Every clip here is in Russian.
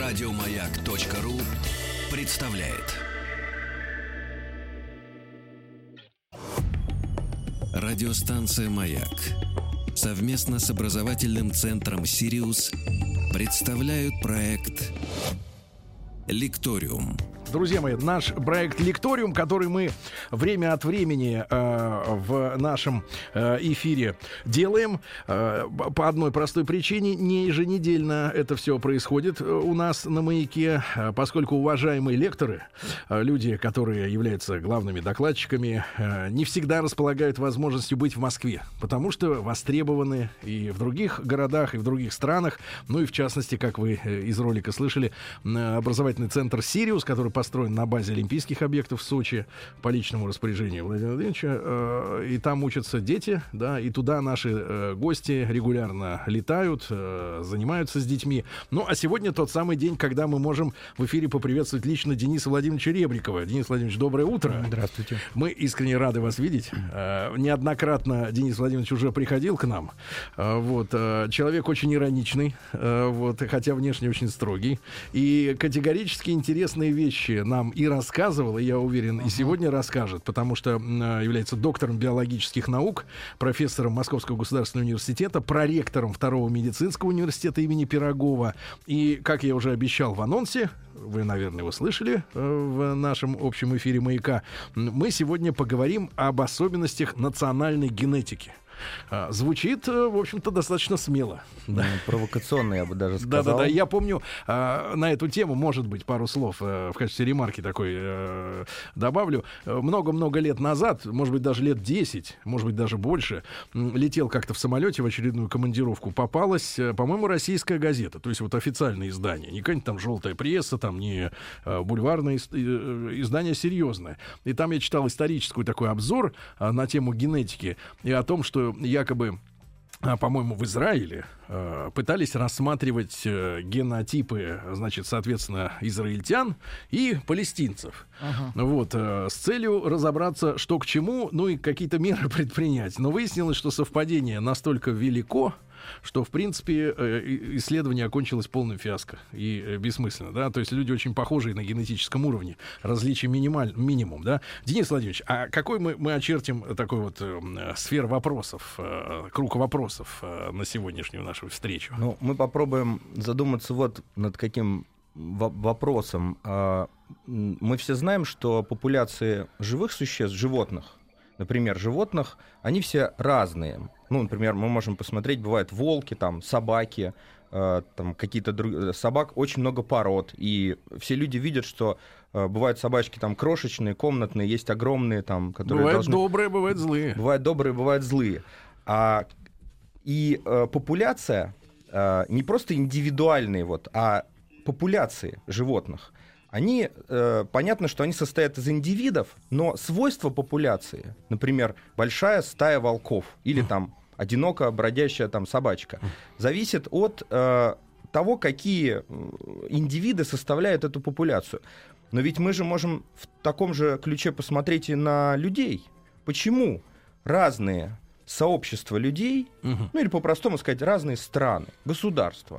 Радиомаяк.ру представляет. Радиостанция «Маяк» совместно с образовательным центром «Сириус» представляют проект «Лекториум». Друзья мои, наш проект «Лекториум», который мы время от времени в нашем эфире делаем, по одной простой причине: не еженедельно это все происходит у нас на «Маяке», поскольку уважаемые лекторы, люди, которые являются главными докладчиками, не всегда располагают возможностью быть в Москве, потому что востребованы и в других городах, и в других странах. Ну и в частности, как вы из ролика слышали, образовательный центр «Сириус», который построен на базе олимпийских объектов в Сочи по личному распоряжению Владимира Владимировича. И там учатся дети, да, и туда наши гости регулярно летают, занимаются с детьми. Ну, а сегодня тот самый день, когда мы можем в эфире поприветствовать лично Дениса Владимировича Ребрикова. Денис Владимирович, доброе утро. Здравствуйте. Мы искренне рады вас видеть. Неоднократно Денис Владимирович уже приходил к нам. Вот. Человек очень ироничный, вот, хотя внешне очень строгий. И категорически интересные вещи нам и рассказывал, и, я уверен, и сегодня расскажет, потому что является доктором биологических наук, профессором Московского государственного университета, проректором Второго медицинского университета имени Пирогова. И, как я уже обещал в анонсе, вы, наверное, его слышали в нашем общем эфире «Маяка», мы сегодня поговорим об особенностях национальной генетики. Звучит, в общем-то, достаточно смело. Провокационно, я бы даже сказал. Да-да-да, я помню, на эту тему, может быть, пару слов в качестве ремарки такой добавлю. Много-много лет назад, может быть, даже лет 10, может быть, даже больше, летел как-то в самолете в очередную командировку. Попалась, по-моему, российская газета, то есть вот официальное издание. Не какая-нибудь там желтая пресса, там не бульварное издание, серьезное. И там я читал исторический такой обзор на тему генетики и о том, что якобы, по-моему, в Израиле пытались рассматривать генотипы, значит, соответственно, израильтян и палестинцев. Вот, с целью разобраться, что к чему, ну и какие-то меры предпринять. Но выяснилось, что совпадение настолько велико, что, в принципе, исследование окончилось полным фиаско и бессмысленно, да, то есть люди очень похожие на генетическом уровне, различия минимум, да. Денис Владимирович, а какой мы очертим такой вот сфер вопросов, круг вопросов на сегодняшнюю нашу встречу? Ну, мы попробуем задуматься вот над каким вопросом. Мы все знаем, что популяции живых существ, животных, например, животных, они все разные. Ну, например, мы можем посмотреть, бывают волки, там, собаки, там, какие-то другие. Собак очень много пород, и все люди видят, что бывают собачки там крошечные, комнатные, есть огромные, там, которые бывают добрые, бывают злые. Бывают добрые, бывают злые. И популяция, не просто индивидуальные, вот, а популяции животных, они, понятно, что они состоят из индивидов, но свойства популяции, например, большая стая волков или там одиноко бродящая там собачка, зависит от того, какие индивиды составляют эту популяцию. Но ведь мы же можем в таком же ключе посмотреть и на людей. Почему разные сообщества людей, ну или по-простому сказать, разные страны, государства,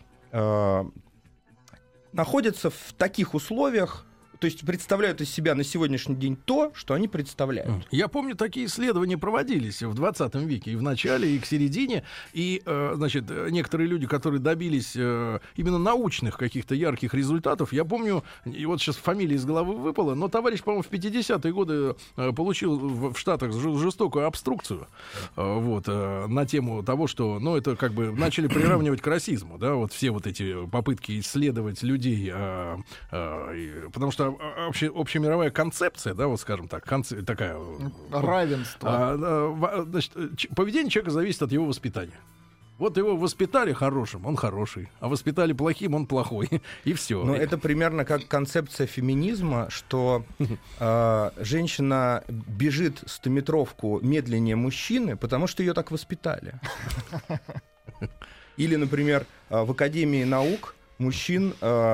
находятся в таких условиях, то есть представляют из себя на сегодняшний день то, что они представляют. Я помню, такие исследования проводились в 20 веке, и в начале, и к середине. И, значит, некоторые люди, которые добились именно научных каких-то ярких результатов, я помню, и вот сейчас фамилия из головы выпала, но товарищ, по-моему, в 50-е годы получил в Штатах жестокую обструкцию вот, на тему того, что, ну, это как бы начали приравнивать к расизму, да, вот все вот эти попытки исследовать людей, потому что общемировая концепция, да, вот скажем так, такая равенство. Значит, поведение человека зависит от его воспитания. Вот его воспитали хорошим, он хороший, а воспитали плохим, он плохой, и все. Но это примерно как концепция феминизма, что женщина бежит 100-метровку медленнее мужчины, потому что ее так воспитали. Или, например, в Академии наук мужчин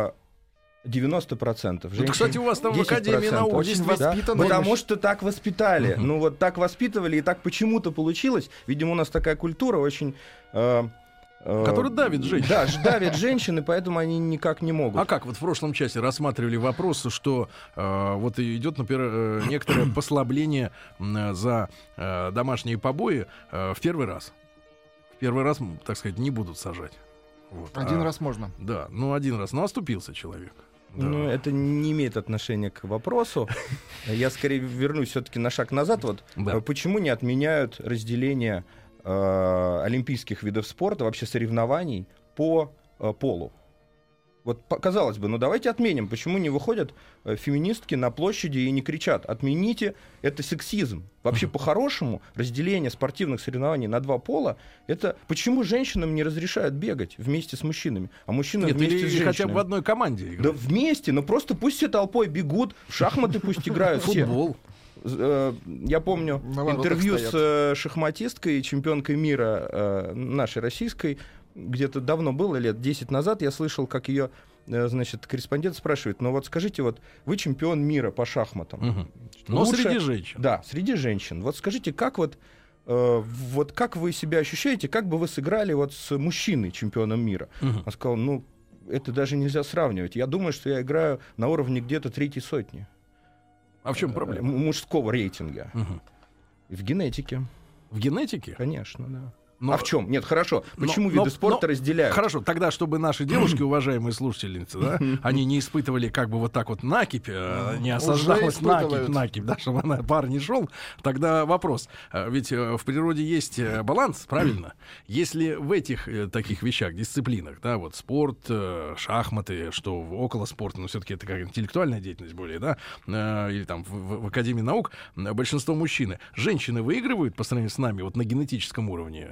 90%. Вот, кстати, у вас там в Академии наук очень воспитанные. Потому что так воспитали. Ну вот так воспитывали, и так почему-то получилось. Видимо, у нас такая культура очень Который давит женщин. Да, давит женщин, и поэтому они никак не могут. А как вот в прошлом часе рассматривали вопрос, что вот идет, например, некоторое послабление за домашние побои в первый раз. В первый раз, так сказать, не будут сажать. Вот. Один раз можно. Да, один раз. Но оступился человек. Да. Ну, это не имеет отношения к вопросу. Я скорее вернусь все-таки на шаг назад. Вот почему не отменяют разделение олимпийских видов спорта, вообще соревнований по полу? Вот казалось бы, давайте отменим. Почему не выходят феминистки на площади и не кричат: отмените, это сексизм. Вообще, по-хорошему, разделение спортивных соревнований на два пола, это почему женщинам не разрешают бегать вместе с мужчинами, а мужчинам вместе с женщинами? Хотя бы в одной команде играть. Да вместе, просто пусть все толпой бегут, в шахматы пусть играют все. Футбол. Я помню интервью с шахматисткой, чемпионкой мира нашей российской, где-то давно было, лет 10 назад, я слышал, как ее, значит, корреспондент спрашивает: ну вот скажите, вот вы чемпион мира по шахматам. Но лучше... среди женщин. Да, среди женщин. Вот скажите, как вот как вы себя ощущаете, как бы вы сыграли вот с мужчиной, чемпионом мира? Он сказал: это даже нельзя сравнивать. Я думаю, что я играю на уровне где-то 3-й сотни. А в чем проблема? Мужского рейтинга. В генетике. В генетике? Конечно, да. А в чем? Нет, хорошо. Почему виды спорта разделяют? Хорошо, тогда, чтобы наши девушки, уважаемые слушательницы, да, они не испытывали как бы вот так вот накипь, не осаждалась накипь, да, чтобы пар не шел, тогда вопрос. Ведь в природе есть баланс, правильно? Если в этих таких вещах, дисциплинах, да, вот спорт, шахматы, что около спорта, но все-таки это как интеллектуальная деятельность более, да, или там в Академии наук, большинство мужчины. Женщины выигрывают по сравнению с нами вот на генетическом уровне?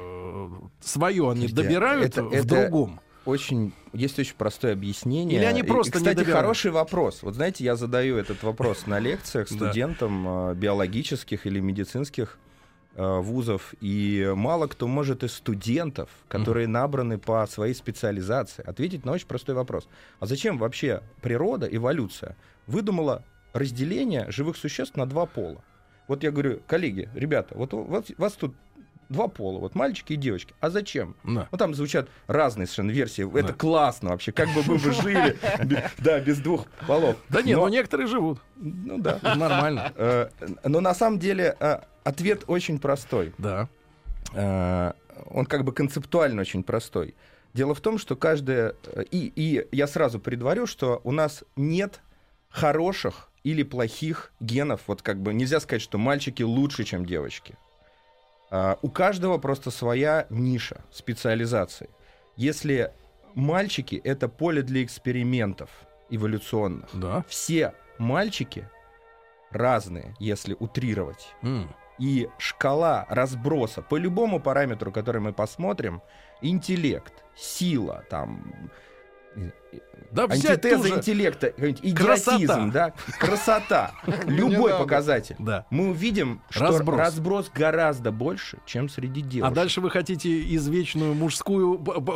Свое они добирают в другом. Есть очень простое объяснение. Или они просто кстати, не добирают? Хороший вопрос. Вот знаете, я задаю этот вопрос на лекциях студентам биологических или медицинских вузов, и мало кто может из студентов, которые набраны по своей специализации, ответить на очень простой вопрос. А зачем вообще природа, эволюция выдумала разделение живых существ на два пола? Вот я говорю: коллеги, ребята, вот у вас тут два пола, вот мальчики и девочки. А зачем? Да. Там звучат разные совершенно версии. Да. Это классно вообще. Как бы мы жили без двух полов. Да нет, но некоторые живут. Ну да. Нормально. Но на самом деле ответ очень простой. Да. Он как бы концептуально очень простой. Дело в том, что каждая... И я сразу предварю, что у нас нет хороших или плохих генов. Вот как бы нельзя сказать, что мальчики лучше, чем девочки. У каждого просто своя ниша, специализации. Если мальчики — это поле для экспериментов эволюционных, все мальчики разные, если утрировать. И шкала разброса по любому параметру, который мы посмотрим, интеллект, сила, там... Да, антитеза интеллекта, идиотизм, да, красота, любой показатель. Да. Мы увидим, что разброс гораздо больше, чем среди девушек. А дальше вы хотите извечную мужскую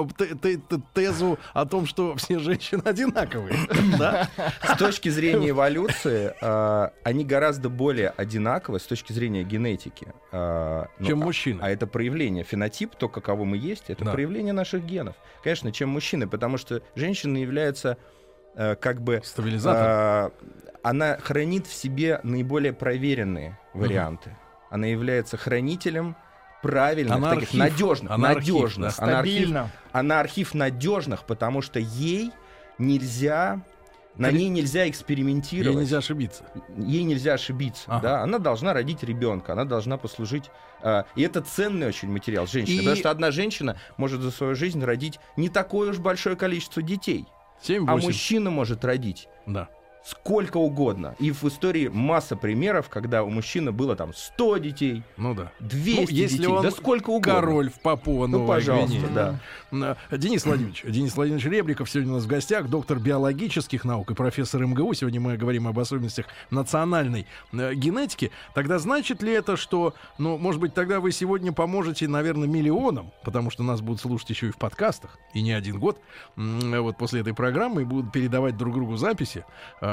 тезу о том, что все женщины одинаковые. Да? С точки зрения эволюции, они гораздо более одинаковы с точки зрения генетики, чем мужчины. А это проявление, фенотип, то, каково мы есть, это проявление наших генов. Конечно, чем мужчины, потому что женщина является как бы... Стабилизатор. Она хранит в себе наиболее проверенные варианты. Она является хранителем правильных, таких надежных. Стабильно. Она архив надежных, потому что ей нельзя... На ней нельзя экспериментировать. Ей нельзя ошибиться. Ей нельзя ошибиться. Да? Она должна родить ребенка, она должна послужить... И это ценный очень материал женщины. Потому что одна женщина может за свою жизнь родить не такое уж большое количество детей. 7-8. А мужчина может родить сколько угодно. И в истории масса примеров, когда у мужчины было там 100 детей, 200 если детей, он сколько угодно. Король в Папуа-Новой пожалуйста, Гвинее. Да. Денис Владимирович Ребриков сегодня у нас в гостях, доктор биологических наук и профессор МГУ. Сегодня мы говорим об особенностях национальной генетики. Тогда значит ли это, что, может быть, тогда вы сегодня поможете, наверное, миллионам, потому что нас будут слушать еще и в подкастах, и не один год, вот после этой программы, и будут передавать друг другу записи.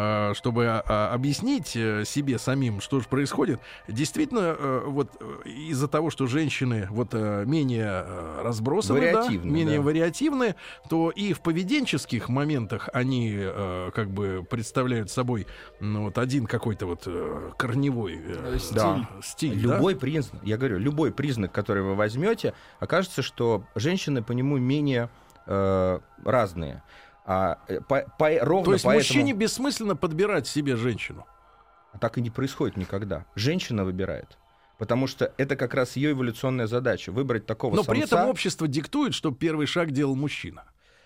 чтобы объяснить себе самим, что же происходит. Действительно, вот из-за того, что женщины вот менее разбросаны, менее вариативны, то и в поведенческих моментах они как бы представляют собой вот один какой-то вот корневой стиль. Любой признак, я говорю, любой признак, который вы возьмете, окажется, что женщины по нему менее разные. То есть мужчине бессмысленно подбирать себе женщину? Так и не происходит никогда. Женщина выбирает. Потому что это как раз ее эволюционная задача — выбрать такого самца. Но при этом общество диктует, что первый шаг делал мужчина.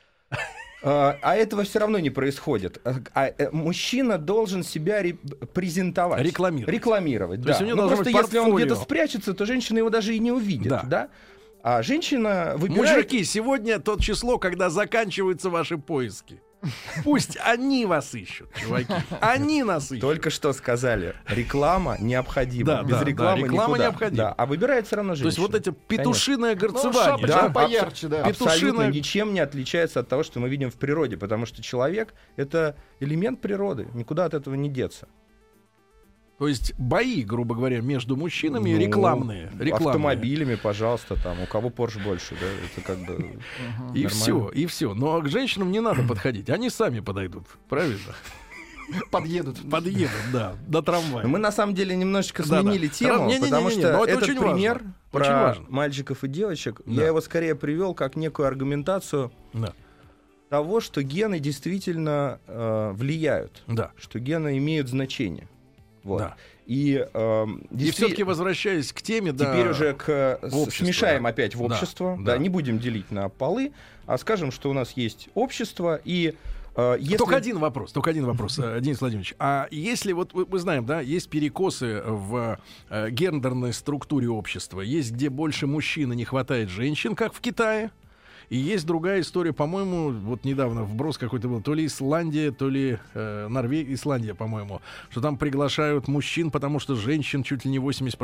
А этого все равно не происходит. Мужчина должен себя презентовать. Рекламировать, да. Просто если он где-то спрячется, то женщина его даже и не увидит. Да? А женщина выбирает... Мужики, сегодня то число, когда заканчиваются ваши поиски. Пусть они вас ищут, чуваки. Они нас ищут. Только что сказали, реклама необходима. Без рекламы реклама необходима. А выбирает все равно женщина. То есть вот это петушиное горцевание. Да, поярче, да. Абсолютно ничем не отличается от того, что мы видим в природе. Потому что человек — это элемент природы. Никуда от этого не деться. То есть бои, грубо говоря, между мужчинами рекламные. Автомобилями, пожалуйста, там, у кого Порш больше, да, это как бы и все. Но к женщинам не надо подходить, они сами подойдут, правильно? Подъедут, да, до трамвая. Мы на самом деле немножечко сменили тему, потому что этот пример про мальчиков и девочек, я его скорее привел как некую аргументацию того, что гены действительно влияют, что гены имеют значение. Вот. Да. И все-таки возвращаясь к теме, теперь уже смешаем опять в общество, не будем делить на полы, а скажем, что у нас есть общество, и если... Только один вопрос, Денис Владимирович. А если вот мы знаем, да, есть перекосы в гендерной структуре общества, есть где больше мужчин и не хватает женщин, как в Китае. И есть другая история, по-моему, вот недавно вброс какой-то был, то ли Исландия, то ли Норвегия, Исландия, по-моему, что там приглашают мужчин, потому что женщин чуть ли не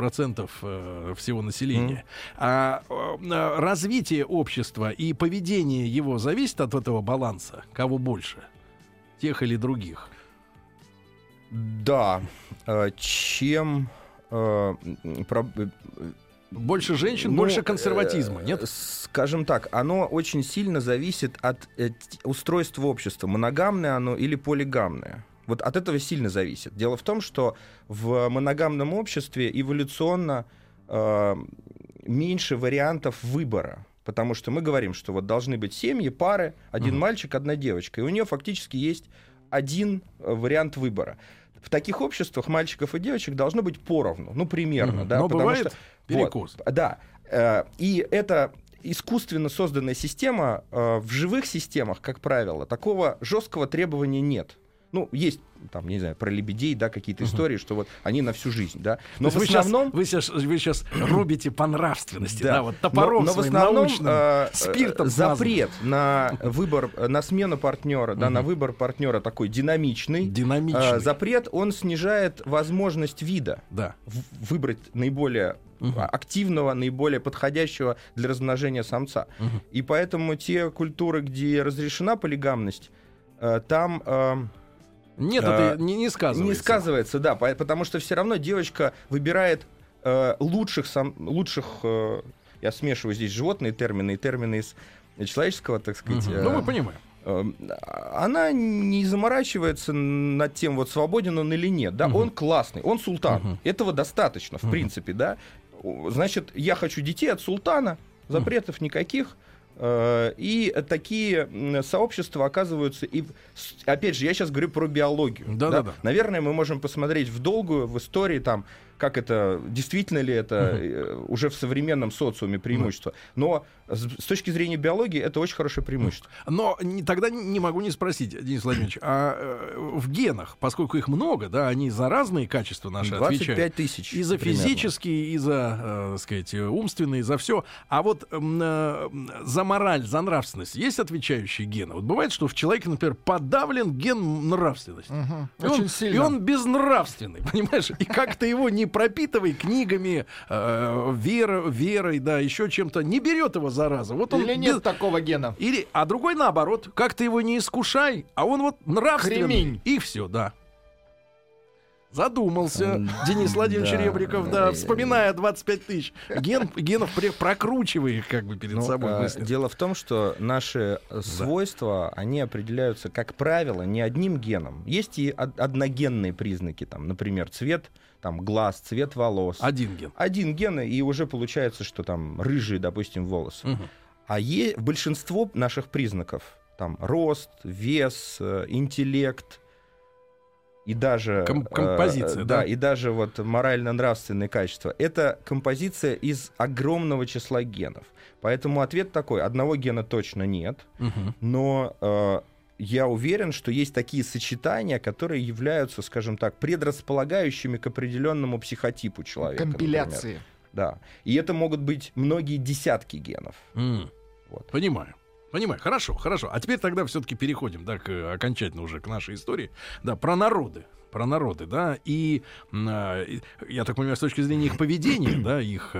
80% всего населения. А развитие общества и поведение его зависит от этого баланса? Кого больше? Тех или других? Да. Чем... Больше женщин, больше консерватизма, нет? Скажем так, оно очень сильно зависит от устройства общества. Моногамное оно или полигамное. Вот от этого сильно зависит. Дело в том, что в моногамном обществе эволюционно меньше вариантов выбора. Потому что мы говорим, что вот должны быть семьи, пары, один мальчик, одна девочка. И у нее фактически есть один вариант выбора. В таких обществах мальчиков и девочек должно быть поровну, ну, примерно. Да, но бывает перекос. Вот, да. И это искусственно созданная система. В живых системах, как правило, такого жесткого требования нет. Ну, есть, там, не знаю, про лебедей, да, какие-то истории, что вот они на всю жизнь, да. Но в основном... Вы сейчас рубите по нравственности, да, вот топором но в основном спиртом запрет на выбор, на смену партнера, да, на выбор партнера такой динамичный. Запрет, он снижает возможность вида выбрать наиболее активного, наиболее подходящего для размножения самца. И поэтому те культуры, где разрешена полигамность, там... Нет, это не сказывается. Не сказывается, да, потому что все равно девочка выбирает лучших, я смешиваю здесь животные термины и термины из человеческого, так сказать. Ну, мы понимаем. Она не заморачивается над тем, вот свободен он или нет. Да, он классный, он султан. Этого достаточно, в принципе, да. Значит, я хочу детей от султана, запретов никаких. И такие сообщества оказываются... И, опять же, я сейчас говорю про биологию. Да? Наверное, мы можем посмотреть в долгую, в истории, там, как это, действительно ли это уже в современном социуме преимущество. Но с точки зрения биологии это очень хорошее преимущество. Но тогда не могу не спросить, Денис Владимирович, а в генах, поскольку их много, да, они за разные качества наши 25 отвечают. 000 и за физические, и за, так сказать, умственные, за все. А вот за мораль, за нравственность есть отвечающие гены? Вот бывает, что в человеке, например, подавлен ген нравственности. Очень сильно. И он безнравственный, понимаешь? И как-то его не пропитывай книгами, верой, да, еще чем-то. Не берет его зараза. Вот он или нет такого гена. А другой наоборот. Как ты его не искушай, а он вот нравственный. Кремень. И все, да. Задумался Денис Владимирович Да. Ребриков, да, вспоминая 25 тысяч. Генов прокручивая их как бы перед собой мысли. Дело в том, что наши свойства, они определяются, как правило, не одним геном. Есть и одногенные признаки, там, например, цвет там, глаз, цвет волос. Один ген. Один ген, и уже получается, что там рыжие, допустим, волосы. Мгм. А большинство наших признаков, там, рост, вес, интеллект, и даже композиция, да? Да, и даже вот морально-нравственные качества. Это композиция из огромного числа генов. Поэтому ответ такой: одного гена точно нет, Мгм. но я уверен, что есть такие сочетания, которые являются, скажем так, предрасполагающими к определенному психотипу человека. Компиляции. Например. Да. И это могут быть многие десятки генов. Вот. Понимаю. Понимаю. Хорошо, хорошо. А теперь тогда все-таки переходим, да, окончательно уже к нашей истории. Да, про народы. Про народы, да, и я так понимаю, с точки зрения их поведения, да, их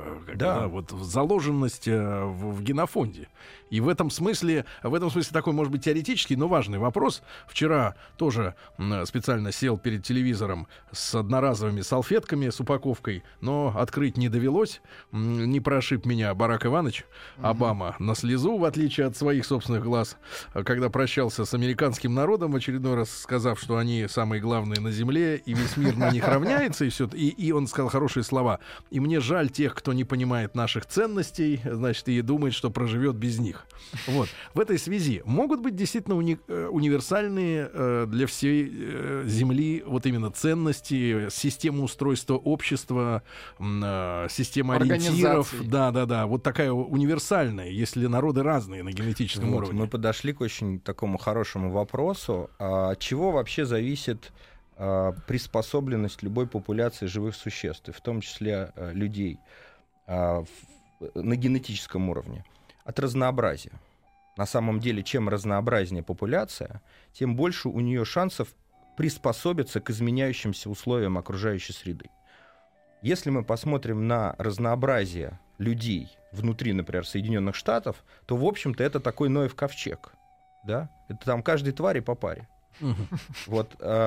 вот заложенность в генофонде. И в этом смысле такой, может быть, теоретический, но важный вопрос. Вчера тоже специально сел перед телевизором с одноразовыми салфетками, с упаковкой, но открыть не довелось. Не прошиб меня Барак Иванович Обама на слезу, в отличие от своих собственных глаз, когда прощался с американским народом, в очередной раз сказав, что они самые главные на земле, и весь мир на них равняется, и все. И он сказал хорошие слова: и мне жаль тех, кто не понимает наших ценностей, значит, и думает, что проживет без них. Вот. В этой связи могут быть действительно универсальные для всей земли вот именно ценности, система устройства общества, система ориентиров. Да. Вот такая универсальная, если народы разные на генетическом уровне. Мы подошли к очень такому хорошему вопросу. От чего вообще зависит приспособленность любой популяции живых существ, и в том числе людей, на генетическом уровне? От разнообразия. На самом деле, чем разнообразнее популяция, тем больше у нее шансов приспособиться к изменяющимся условиям окружающей среды. Если мы посмотрим на разнообразие людей внутри, например, Соединенных Штатов, то, в общем-то, это такой Ноев ковчег. Да? Это там каждой твари по паре. Вот,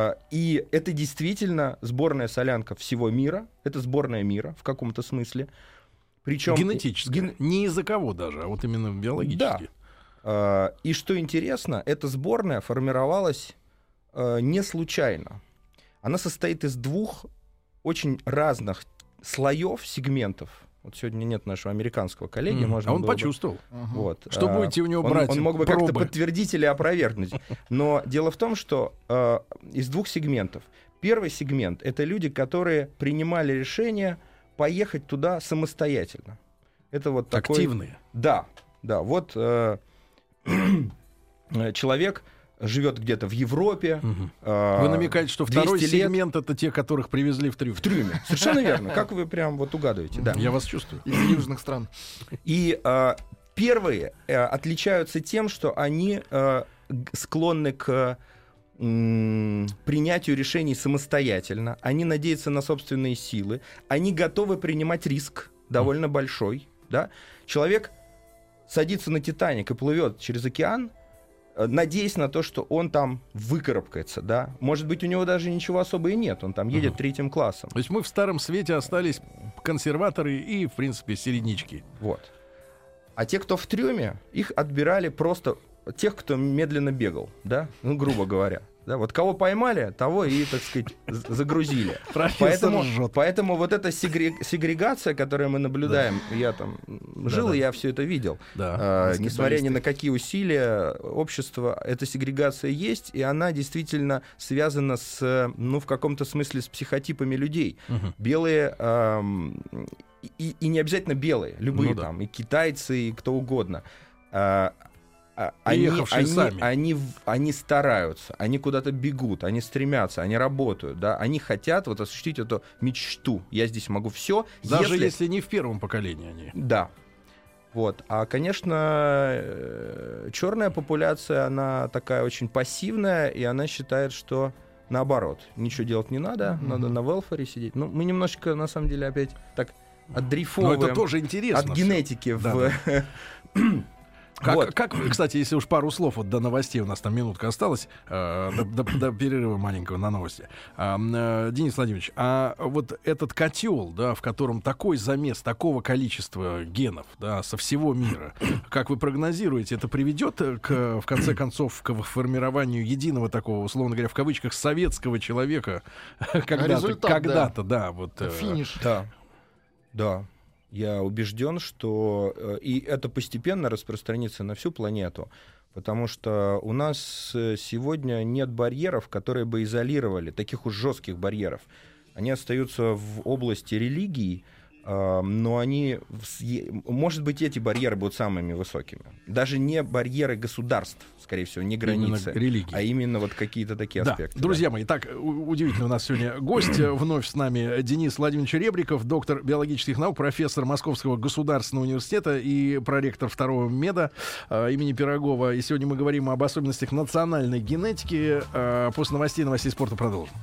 и это действительно сборная солянка всего мира. Это сборная мира в каком-то смысле. Причем генетически. Не из-за кого даже, а вот именно биологически. Да. И что интересно, эта сборная формировалась не случайно. Она состоит из двух очень разных слоев, сегментов. Вот сегодня нет нашего американского коллеги. А он почувствовал. Вот. Что будете у него брать? Он мог бы пробы? как-то подтвердить или опровергнуть. Но дело в том, что из двух сегментов. Первый сегмент — это люди, которые принимали решение поехать туда самостоятельно. Это вот такой... Активные. Да. Вот человек живет где-то в Европе. Вы намекаете, что второй сегмент — это те, которых привезли в трюме. В трюме. Совершенно верно. Как вы прям вот угадываете. Да. Я вас чувствую. Из южных стран. И первые отличаются тем, что они склонны к принятию решений самостоятельно. Они надеются на собственные силы. Они готовы принимать риск довольно большой. Да? Человек садится на «Титаник» и плывет через океан, надеясь на то, что он там выкарабкается, да. Может быть, у него даже ничего особо и нет, он там едет третьим классом. То есть мы в Старом Свете остались консерваторы и, в принципе, середнячки. Вот. А те, кто в трюме, их отбирали просто тех, кто медленно бегал, да, ну, грубо говоря. Да, вот кого поймали, того и, так сказать, загрузили. Поэтому вот эта сегрегация, которую мы наблюдаем, я там жил, и я все это видел. Несмотря ни на какие усилия общества, эта сегрегация есть, и она действительно связана с, ну, в каком-то смысле, с психотипами людей. Белые и не обязательно белые, любые там, и китайцы, и кто угодно. Они стараются, они куда-то бегут, они стремятся, они работают, да, они хотят вот осуществить эту мечту. Я здесь могу все. Даже если не в первом поколении они. Да. Вот. А, конечно, черная популяция, она такая очень пассивная, и она считает, что наоборот, ничего делать не надо, надо на велфаре сидеть. Ну, мы немножечко, на самом деле, опять так отдрейфовываем. Но это тоже интересно. От генетики Как, кстати, если уж пару слов вот до новостей, у нас там минутка осталась, до перерыва маленького на новости. Денис Владимирович, а вот этот котел, да, в котором такой замес, такого количества генов, да, со всего мира, как вы прогнозируете, это приведет в конце концов к формированию единого такого, условно говоря, в кавычках, советского человека когда-то, да, вот. Финиш. Да. Я убежден, что и это постепенно распространится на всю планету, потому что у нас сегодня нет барьеров, которые бы изолировали, таких уж жестких барьеров. Они остаются в области религий, но они, может быть, эти барьеры будут самыми высокими. Даже не барьеры государств, скорее всего, не границы, а именно вот какие-то такие аспекты. Друзья мои, так, удивительно у нас сегодня гость. Вновь с нами Денис Владимирович Ребриков, доктор биологических наук, профессор Московского государственного университета и проректор второго меда имени Пирогова. И сегодня мы говорим об особенностях национальной генетики. После новостей спорта продолжим.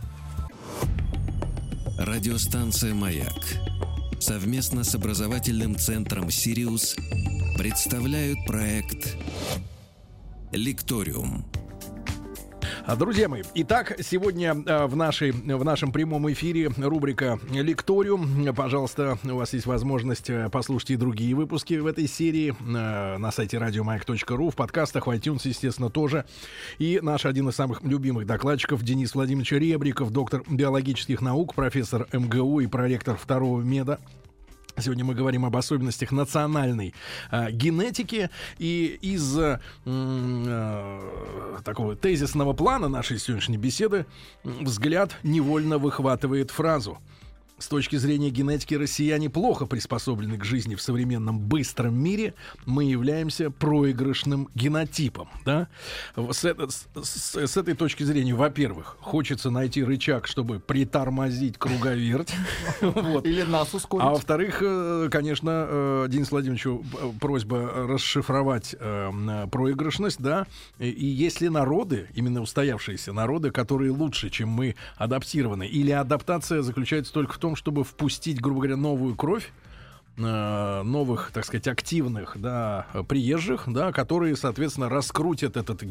Радиостанция «Маяк» совместно с образовательным центром «Сириус» представляют проект «Лекториум». Друзья мои, итак, сегодня в нашем прямом эфире рубрика «Лекториум». Пожалуйста, у вас есть возможность послушать и другие выпуски в этой серии на сайте radiomayak.ru, в подкастах, в iTunes, естественно, тоже. И наш один из самых любимых докладчиков Денис Владимирович Ребриков, доктор биологических наук, профессор МГУ и проректор второго меда. Сегодня мы говорим об особенностях национальной генетики. И из такого тезисного плана нашей сегодняшней беседы взгляд невольно выхватывает фразу: с точки зрения генетики россияне плохо приспособлены к жизни в современном быстром мире. Мы являемся проигрышным генотипом. Да? С этой точки зрения, во-первых, хочется найти рычаг, чтобы притормозить круговерть. Или нас ускорить. А во-вторых, конечно, Денису Владимировичу просьба расшифровать проигрышность. Да? И есть ли народы, именно устоявшиеся народы, которые лучше, чем мы, адаптированы? Или адаптация заключается только в том, чтобы впустить, грубо говоря, новую кровь, новых, так сказать, активных, да, приезжих, да, которые, соответственно, раскрутят этот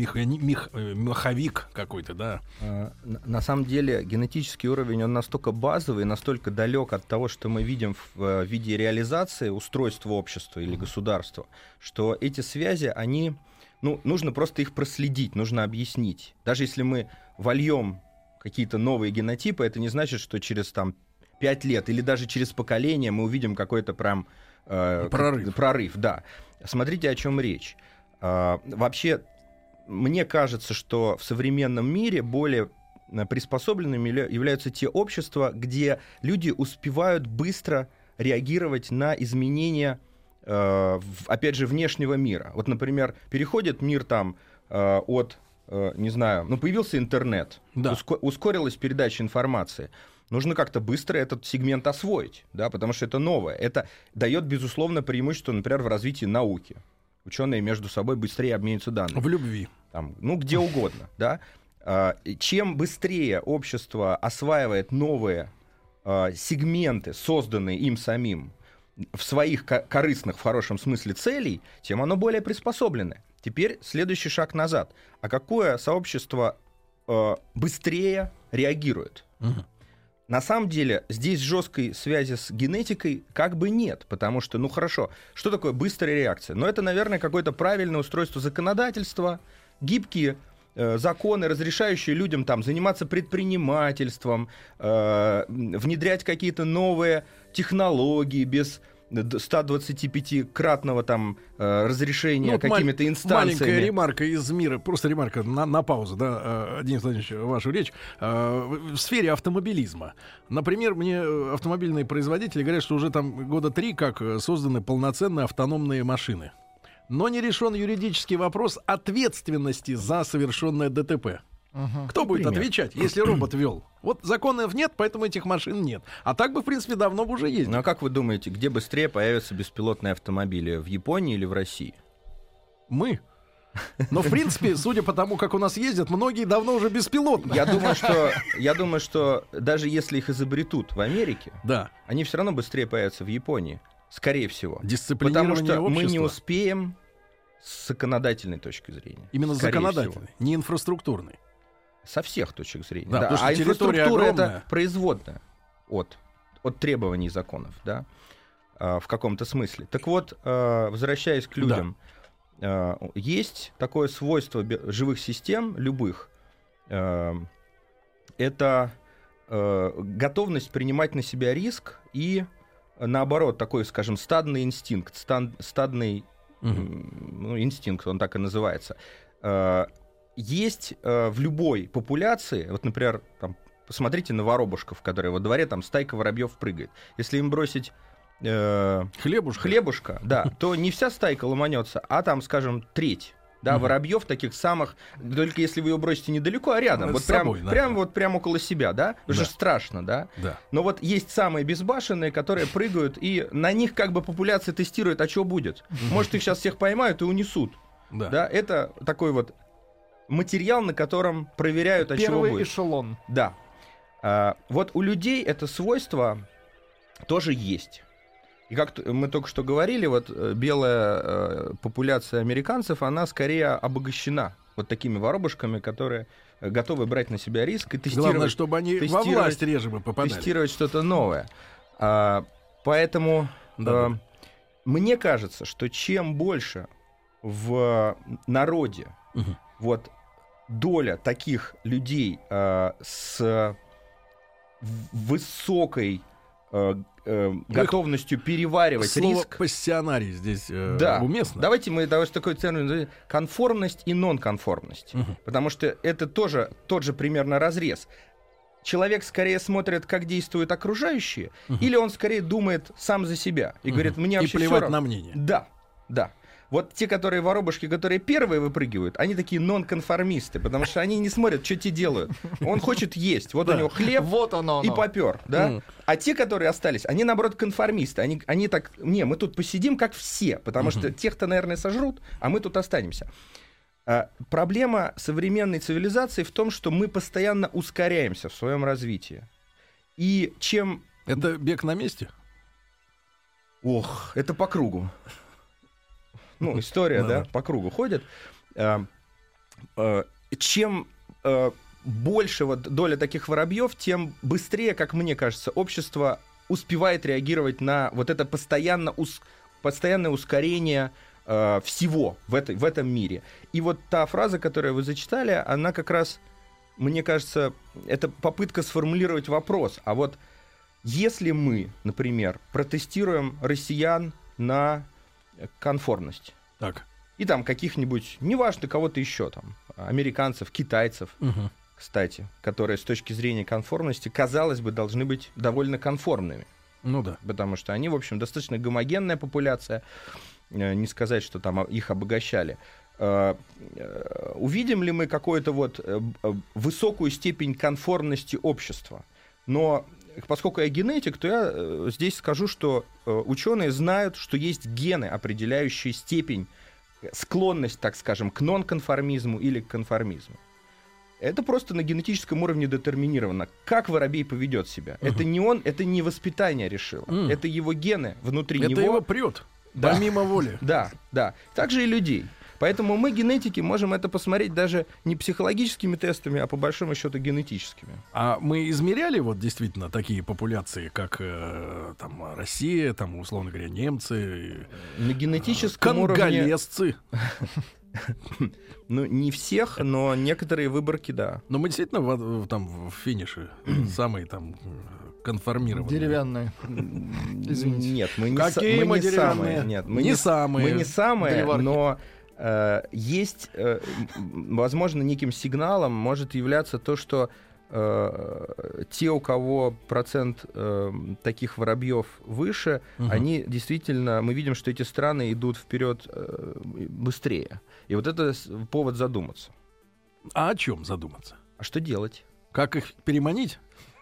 геномаховик какой-то, да. На самом деле генетический уровень, он настолько базовый, настолько далек от того, что мы видим в виде реализации устройства общества или государства, что эти связи, они, нужно просто их проследить, нужно объяснить. Даже если мы вольем какие-то новые генотипы, это не значит, что через 5 лет или даже через поколение мы увидим какой-то прям прорыв. Да. Смотрите, о чем речь. Вообще, мне кажется, что в современном мире более приспособленными являются те общества, где люди успевают быстро реагировать на изменения, опять же, внешнего мира. Вот, например, переходит мир от, не знаю, появился интернет, да. Ускорилась передача информации. Нужно как-то быстро этот сегмент освоить, да, потому что это новое. Это дает, безусловно, преимущество, например, в развитии науки. Ученые между собой быстрее обмениваются данными. В любви. Где угодно. Да. Чем быстрее общество осваивает новые сегменты, созданные им самим, в своих корыстных, в хорошем смысле, целей, тем оно более приспособленное. Теперь следующий шаг назад. А какое сообщество быстрее реагирует? Угу. На самом деле здесь жесткой связи с генетикой как бы нет, потому что, хорошо, что такое быстрая реакция? Это, наверное, какое-то правильное устройство законодательства, гибкие законы, разрешающие людям заниматься предпринимательством, внедрять какие-то новые технологии без 125-кратного разрешения какими-то инстанциями. Маленькая ремарка из мира, просто ремарка на паузу, да, Денис Владимирович, вашу речь. В сфере автомобилизма. Например, мне автомобильные производители говорят, что уже 3 года как созданы полноценные автономные машины. Но не решен юридический вопрос ответственности за совершенное ДТП. Кто будет отвечать, если робот вел? Вот законов нет, поэтому этих машин нет. А так бы, в принципе, давно бы уже ездили. А как вы думаете, где быстрее появятся беспилотные автомобили? В Японии или в России? Мы. Но, в принципе, судя по тому, как у нас ездят, многие давно уже беспилотные. Я думаю, что даже если их изобретут в Америке, да, они все равно быстрее появятся в Японии. Скорее всего. Дисциплинирование потому что общества. Мы не успеем с законодательной точки зрения. Именно скорее законодательной, всего. не инфраструктурной. Со всех точек зрения. Да, потому что А территория инфраструктура — огромная. это производная от требований законов, да, в каком-то смысле. Так вот, возвращаясь к людям, есть такое свойство живых систем, любых, это готовность принимать на себя риск и, наоборот, такой, скажем, стадный инстинкт, стадный инстинкт, он так и называется. Есть в любой популяции, вот, например, там, посмотрите на воробушков, которые во дворе, там стайка воробьев прыгает. Если им бросить хлебушка, да, то не вся стайка ломанется, а там, скажем, треть. Да, воробьев таких самых, только если вы ее бросите недалеко, а рядом, вот прям около себя, да, уже страшно, да. Но вот есть самые безбашенные, которые прыгают, и на них как бы популяция тестирует, а что будет? Может, их сейчас всех поймают и унесут. Да, это такой вот материал, на котором проверяют, а чего будет. Первый эшелон. Да. Вот у людей это свойство тоже есть. И как мы только что говорили, вот белая популяция американцев, она скорее обогащена вот такими воробушками, которые готовы брать на себя риск и тестировать. Главное, чтобы они во власть реже бы попадали. Тестировать что-то новое. Поэтому мне кажется, что чем больше в народе вот доля таких людей с высокой готовностью переваривать слово риск. Пассионарий здесь уместно. Давайте мы такой термин: конформность и нонконформность. Потому что это тоже тот же примерно разрез. Человек скорее смотрит, как действуют окружающие, или он скорее думает сам за себя и говорит: мне вообще и плевать на мнение. Да. Вот те, которые воробушки, которые первые выпрыгивают, они такие нонконформисты, потому что они не смотрят, что те делают. Он хочет есть. Вот у него хлеб и попер. Да? А те, которые остались, они, наоборот, конформисты. Они так: мы тут посидим, как все, потому что тех-то, наверное, сожрут, а мы тут останемся. Проблема современной цивилизации в том, что мы постоянно ускоряемся в своем развитии. И чем... Это бег на месте? Это по кругу. История, да, по кругу ходит. Чем больше вот доля таких воробьев, тем быстрее, как мне кажется, общество успевает реагировать на вот это постоянное ускорение всего в этом мире. И вот та фраза, которую вы зачитали, она как раз, мне кажется, это попытка сформулировать вопрос. А вот если мы, например, протестируем россиян на конформность. Так. И там каких-нибудь, неважно, кого-то еще, там, американцев, китайцев, кстати, которые с точки зрения конформности, казалось бы, должны быть довольно конформными. Да. Потому что они, в общем, достаточно гомогенная популяция, не сказать, что там их обогащали. Увидим ли мы какую-то вот высокую степень конформности общества? Но поскольку я генетик, то я здесь скажу, что ученые знают, что есть гены, определяющие степень, склонность, так скажем, к нонконформизму или к конформизму. Это просто на генетическом уровне детерминировано, как воробей поведет себя. Это не он, это не воспитание решило. Это его гены внутри него. Это его прет, помимо воли. Да. Так же и людей. Поэтому мы, генетики, можем это посмотреть даже не психологическими тестами, а по большому счету генетическими. А мы измеряли вот действительно такие популяции, как там Россия, там, условно говоря, немцы, на генетическом уровне... конголезцы. Не всех, но некоторые выборки, да. Но мы действительно там в финише самые там конформированные. Деревянные. Извините. Нет, мы не Какие мы деревянные? Нет, мы не самые, но есть, возможно, неким сигналом может являться то, что те, у кого процент таких воробьев выше, они действительно, мы видим, что эти страны идут вперед быстрее. И вот это повод задуматься. А о чем задуматься? А что делать? Как их переманить?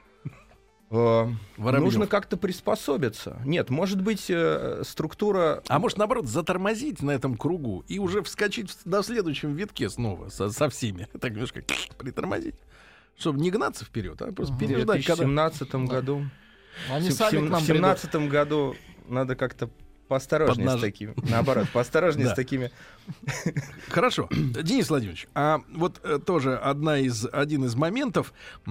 Нужно как-то приспособиться. Нет, может быть, структура... А может, наоборот, затормозить на этом кругу и уже вскочить на следующем витке снова со всеми. Так немножко притормозить. Чтобы не гнаться вперед, а просто переждать. В 2017 году... Они сами к нам в 2017 году надо как-то поосторожнее с такими. Наоборот, поосторожнее с такими. Хорошо. Денис Владимирович, а вот тоже один из моментов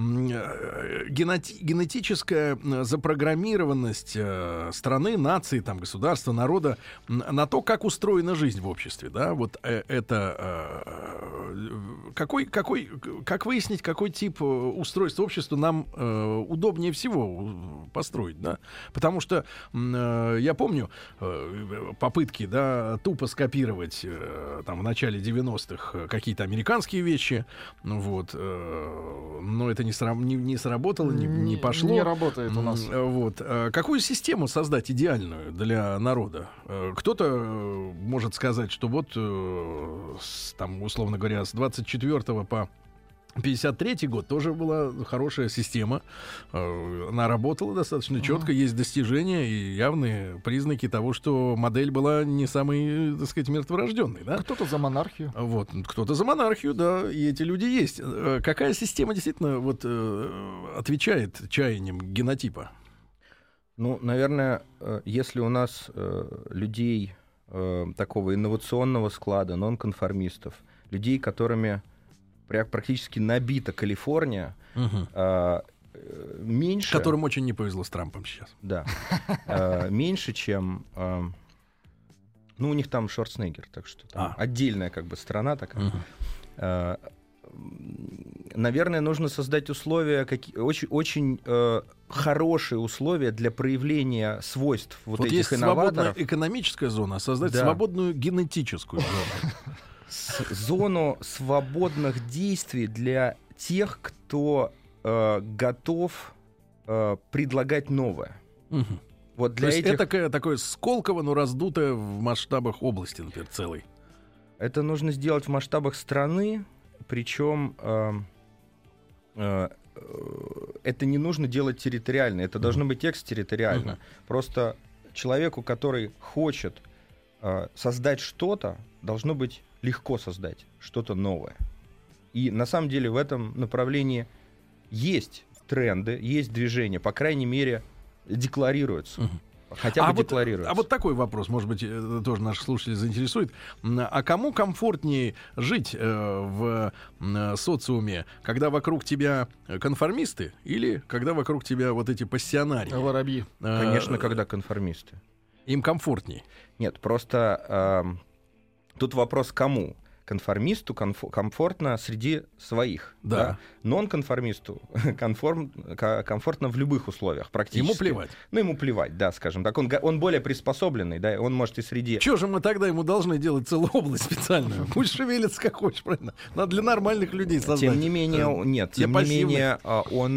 генетическая запрограммированность страны, нации, там, государства, народа на то, как устроена жизнь в обществе, да, вот это как выяснить, какой тип устройства общества нам удобнее всего построить, да, потому что я помню попытки, да, тупо скопировать там в начале 90-х какие-то американские вещи, вот, но это не сработало, не пошло. Не работает у нас. Вот. Какую систему создать идеальную для народа? Кто-то может сказать, что вот, там, условно говоря, с 24 по 53-й год тоже была хорошая система. Она работала достаточно четко, есть достижения и явные признаки того, что модель была не самой, так сказать, мертворожденной. Да? Кто-то за монархию. Вот, кто-то за монархию, да, и эти люди есть. Какая система действительно вот, отвечает чаяниям генотипа? Ну, наверное, если у нас людей такого инновационного склада, нонконформистов, людей, которыми практически набита Калифорния, меньше... Которым очень не повезло с Трампом сейчас. Да. Меньше, чем... Ну, у них там Шварценеггер, так что там отдельная как бы страна такая. Наверное, нужно создать условия, очень хорошие условия для проявления свойств вот этих есть инноваторов. Свободная экономическая зона, создать свободную генетическую зону. Зону свободных действий для тех, кто готов предлагать новое. Вот для То есть это такое Сколково, но раздутое в масштабах области, например, целой. Это нужно сделать в масштабах страны, причем это не нужно делать территориально, это должно быть экстерриториально. Просто человеку, который хочет создать что-то, должно быть легко создать что-то новое. И на самом деле в этом направлении есть тренды, есть движения, по крайней мере, декларируются. Хотя бы декларируются. А вот такой вопрос, может быть, тоже наших слушателей заинтересует. А кому комфортнее жить в социуме, когда вокруг тебя конформисты или когда вокруг тебя вот эти пассионарии? Воробьи. Конечно, когда конформисты. Им комфортнее? Нет, просто тут вопрос кому. Конформисту комфортно среди своих. Да. Нонконформисту комфортно в любых условиях практически. Ему плевать. Ну, ему плевать, да, скажем так. Он более приспособленный, да, он может и среди... Чего же мы тогда ему должны делать целую область специальную? Пусть шевелится как хочешь, правильно? Надо для нормальных людей создать. Тем не менее, он...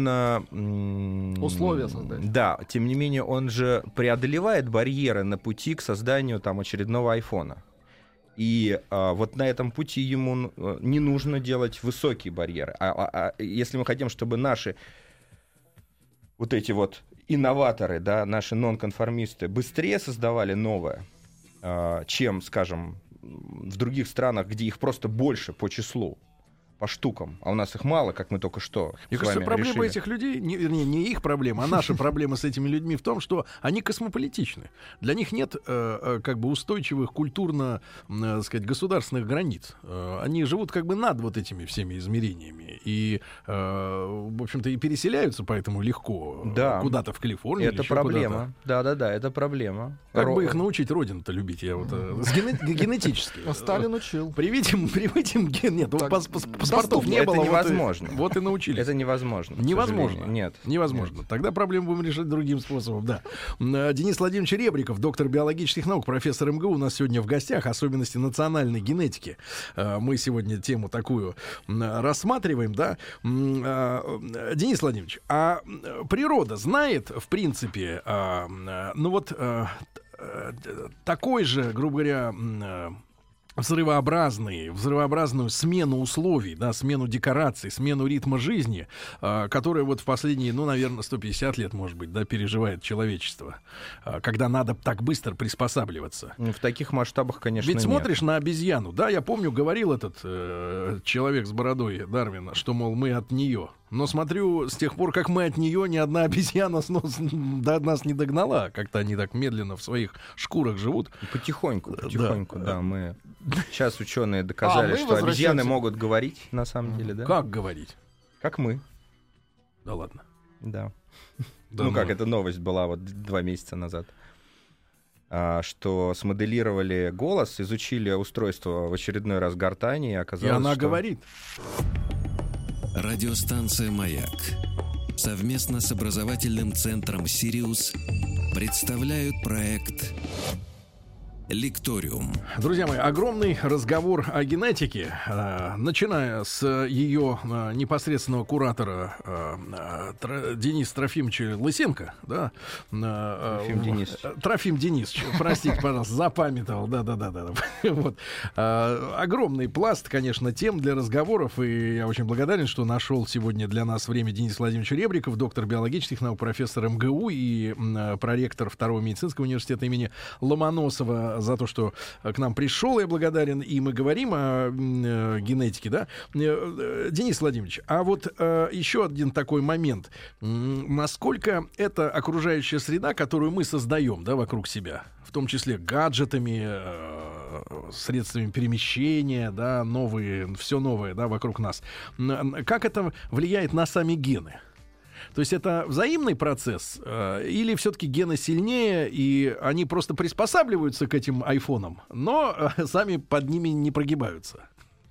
Условия создать. Да, тем не менее, он же преодолевает барьеры на пути к созданию там очередного айфона. И вот на этом пути ему не нужно делать высокие барьеры. А если мы хотим, чтобы наши вот эти вот инноваторы, да, наши нонконформисты быстрее создавали новое, чем, скажем, в других странах, где их просто больше по числу, по штукам, а у нас их мало, как мы только что Мне кажется, проблема этих людей, не их проблема, а наша проблема с этими людьми в том, что они космополитичны. Для них нет как бы устойчивых культурно, так сказать, государственных границ. Они живут как бы над вот этими всеми измерениями. И, в общем-то, и переселяются поэтому легко куда-то в Калифорнию. Это проблема. Да-да-да, это проблема. Как бы их научить родину-то любить? Я вот генетически. Сталин учил. Привить им ген. Нет, паспортов не было. Это невозможно. Вот и научились. Это невозможно. Невозможно. Нет. Невозможно. Тогда проблему будем решать другим способом. Да. Денис Владимирович Ребриков, доктор биологических наук, профессор МГУ, у нас сегодня в гостях. Особенности национальной генетики. Мы сегодня тему такую рассматриваем. Да? Денис Владимирович, а природа знает, в принципе, такой же, грубо говоря, взрывообразную смену условий, да, смену декораций, смену ритма жизни, которая вот в последние, наверное, 150 лет, может быть, да, переживает человечество, когда надо так быстро приспосабливаться. В таких масштабах, конечно, Ведь смотришь на обезьяну, да, я помню, говорил этот человек с бородой Дарвина, что, мол, мы от нее. Но смотрю, с тех пор, как мы от нее, ни одна обезьяна до нас не догнала. Как-то они так медленно в своих шкурах живут. Потихоньку, да. Мы... Сейчас ученые доказали, что обезьяны могут говорить, на самом деле, да? Как говорить? Как мы. Да ладно. Да. Ну как, эта новость была вот 2 месяца назад. Что смоделировали голос, изучили устройство в очередной раз гортани, и оказалось, и она что... говорит. Радиостанция «Маяк» совместно с образовательным центром «Сириус» представляют проект «Лекториум». Друзья мои, огромный разговор о генетике, начиная с ее непосредственного куратора Дениса Трофимовича Лысенко, да? Трофим Денисович, простите, пожалуйста, запамятовал, да. Вот. Огромный пласт, конечно, тем для разговоров, и я очень благодарен, что нашел сегодня для нас время Денис Владимирович Ребриков, доктор биологических наук, профессор МГУ и проректор Второго медицинского университета имени Ломоносова, за то, что к нам пришел, я благодарен, и мы говорим о генетике, да. Денис Владимирович, а вот еще один такой момент. Насколько это окружающая среда, которую мы создаем, да, вокруг себя, в том числе гаджетами, средствами перемещения, да, все новое, да, вокруг нас, как это влияет на сами гены? То есть это взаимный процесс, или все-таки гены сильнее, и они просто приспосабливаются к этим айфонам, но сами под ними не прогибаются?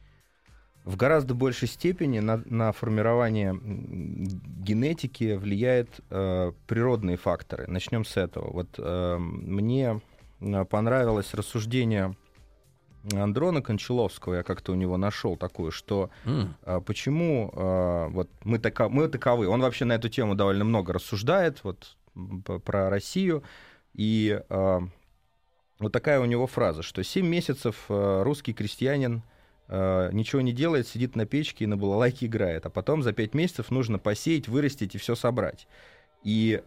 В гораздо большей степени на формирование генетики влияют природные факторы. Начнем с этого. Вот мне понравилось рассуждение Андрона Кончаловского, я как-то у него нашел такое, что почему вот мы таковы. Он вообще на эту тему довольно много рассуждает, вот про Россию. И вот такая у него фраза, что 7 месяцев русский крестьянин ничего не делает, сидит на печке и на балалайке играет, а потом за 5 месяцев нужно посеять, вырастить и все собрать. И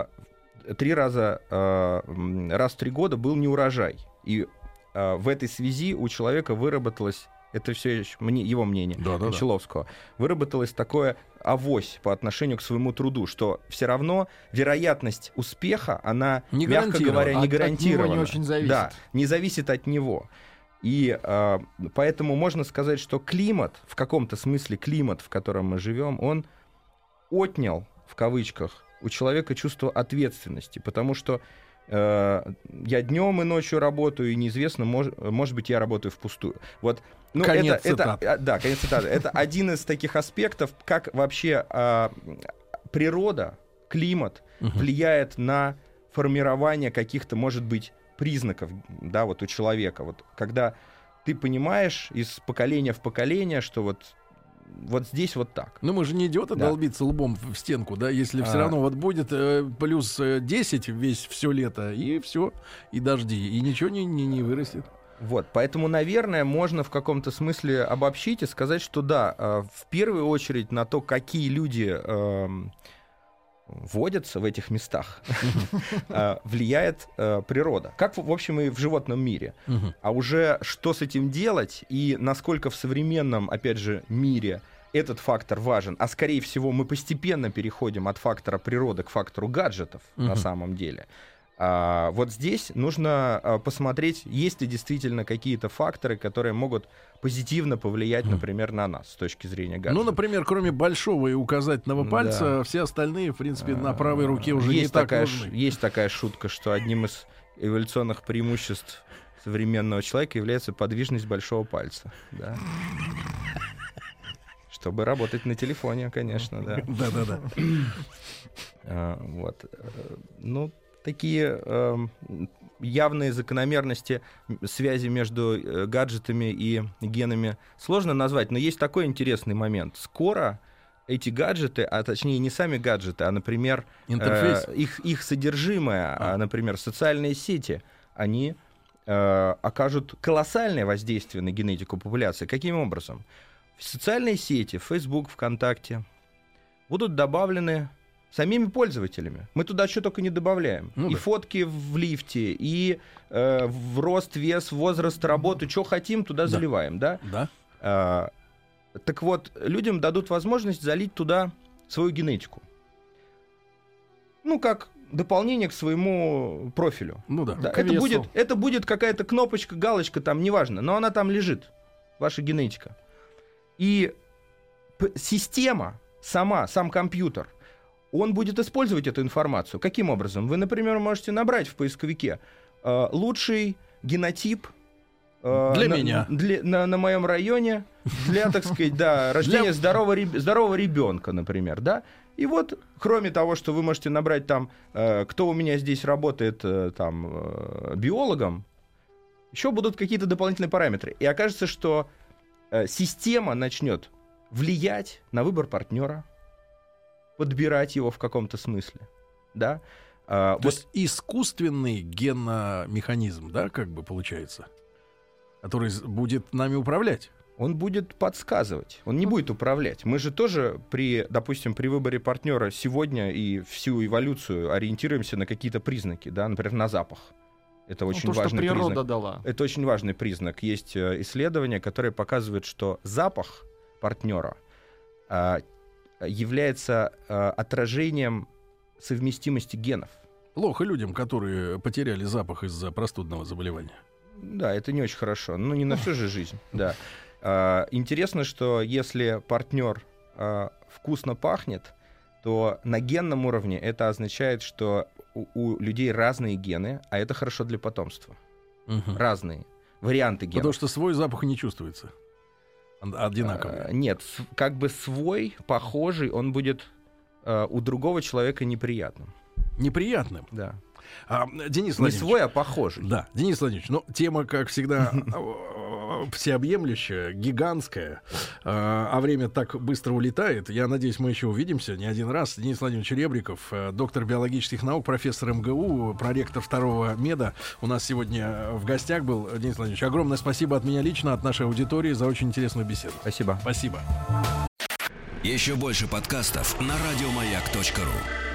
3 раза, раз в 3 года был неурожай. И в этой связи у человека выработалось, это все его мнение, Кончаловского, выработалось такое авось по отношению к своему труду, что все равно вероятность успеха, она, мягко говоря, не гарантирована. От него не очень зависит. Да, не зависит от него. И поэтому можно сказать, что климат, в каком-то смысле климат, в котором мы живем, он отнял, в кавычках, у человека чувство ответственности, потому что я днем и ночью работаю, и неизвестно, может быть, я работаю впустую. Вот, ну, конец цитаты. Да, конец цитаты. Это один из таких аспектов, как вообще природа, климат влияет на формирование каких-то, может быть, признаков, да, вот у человека. Вот, когда ты понимаешь из поколения в поколение, что вот здесь вот так. Ну, мы же не идиоты долбиться лбом в стенку, да, если все равно вот будет плюс 10 все лето, и все, и дожди, и ничего не вырастет. Вот, поэтому, наверное, можно в каком-то смысле обобщить и сказать, что да, в первую очередь на то, какие люди водятся в этих местах, влияет природа. Как, в общем, и в животном мире. А уже что с этим делать и насколько в современном, опять же, мире этот фактор важен, а скорее всего мы постепенно переходим от фактора природы к фактору гаджетов на самом деле. Вот здесь нужно посмотреть, есть ли действительно какие-то факторы, которые могут позитивно повлиять, например, на нас с точки зрения гаджетов. Ну, например, кроме большого и указательного пальца, все остальные, в принципе, на правой руке уже не так нужны. Есть такая шутка, что одним из эволюционных преимуществ современного человека является подвижность большого пальца. Да. Чтобы работать на телефоне, конечно, да. Да. Вот. Ну, такие явные закономерности связи между гаджетами и генами сложно назвать, но есть такой интересный момент. Скоро эти гаджеты, а точнее не сами гаджеты, а, например, их содержимое, например, социальные сети, они окажут колоссальное воздействие на генетику популяции. Каким образом? В социальные сети, Facebook, ВКонтакте будут добавлены самими пользователями. Мы туда что только не добавляем. И фотки в лифте, и в рост, вес, возраст, работу, что хотим, туда заливаем. Да? Да. Так вот, людям дадут возможность залить туда свою генетику. Ну, как дополнение к своему профилю. Ну да. Это будет какая-то кнопочка, галочка там, неважно, но она там лежит, ваша генетика. И система сам компьютер, он будет использовать эту информацию. Каким образом? Вы, например, можете набрать в поисковике лучший генотип для меня. На моем районе для, так сказать, да, рождения здорового ребенка, например, да. И вот, кроме того, что вы можете набрать там, кто у меня здесь работает там биологом, еще будут какие-то дополнительные параметры. И окажется, что система начнет влиять на выбор партнера, подбирать его в каком-то смысле, да. То есть искусственный геномеханизм, да, как бы получается, который будет нами управлять. Он будет подсказывать, он не будет управлять. Мы же тоже, допустим, при выборе партнера сегодня и всю эволюцию ориентируемся на какие-то признаки, да, например, на запах. Это очень важный признак. Что природа дала. Это очень важный признак. Есть исследования, которые показывают, что запах партнера является отражением совместимости генов. Плохо людям, которые потеряли запах из-за простудного заболевания. Да, это не очень хорошо. Ну, не на всю же жизнь, да. Интересно, что если партнер вкусно пахнет, то на генном уровне это означает, что у людей разные гены, а это хорошо для потомства. Разные варианты генов. Потому что свой запах не чувствуется одинаковый. Нет, как бы свой, похожий, он будет у другого человека неприятным. Неприятным? Да. Денис Владимирович. Не свой, а похожий. Да, Денис Владимирович, ну, тема, как всегда, всеобъемлющая, гигантская, а время так быстро улетает. Я надеюсь, мы еще увидимся не один раз. Денис Владимирович Ребриков, доктор биологических наук, профессор МГУ, проректор второго меда, у нас сегодня в гостях был. Денис Владимирович, огромное спасибо от меня лично, от нашей аудитории за очень интересную беседу. Спасибо. Спасибо. Еще больше подкастов на радиомаяк.ру.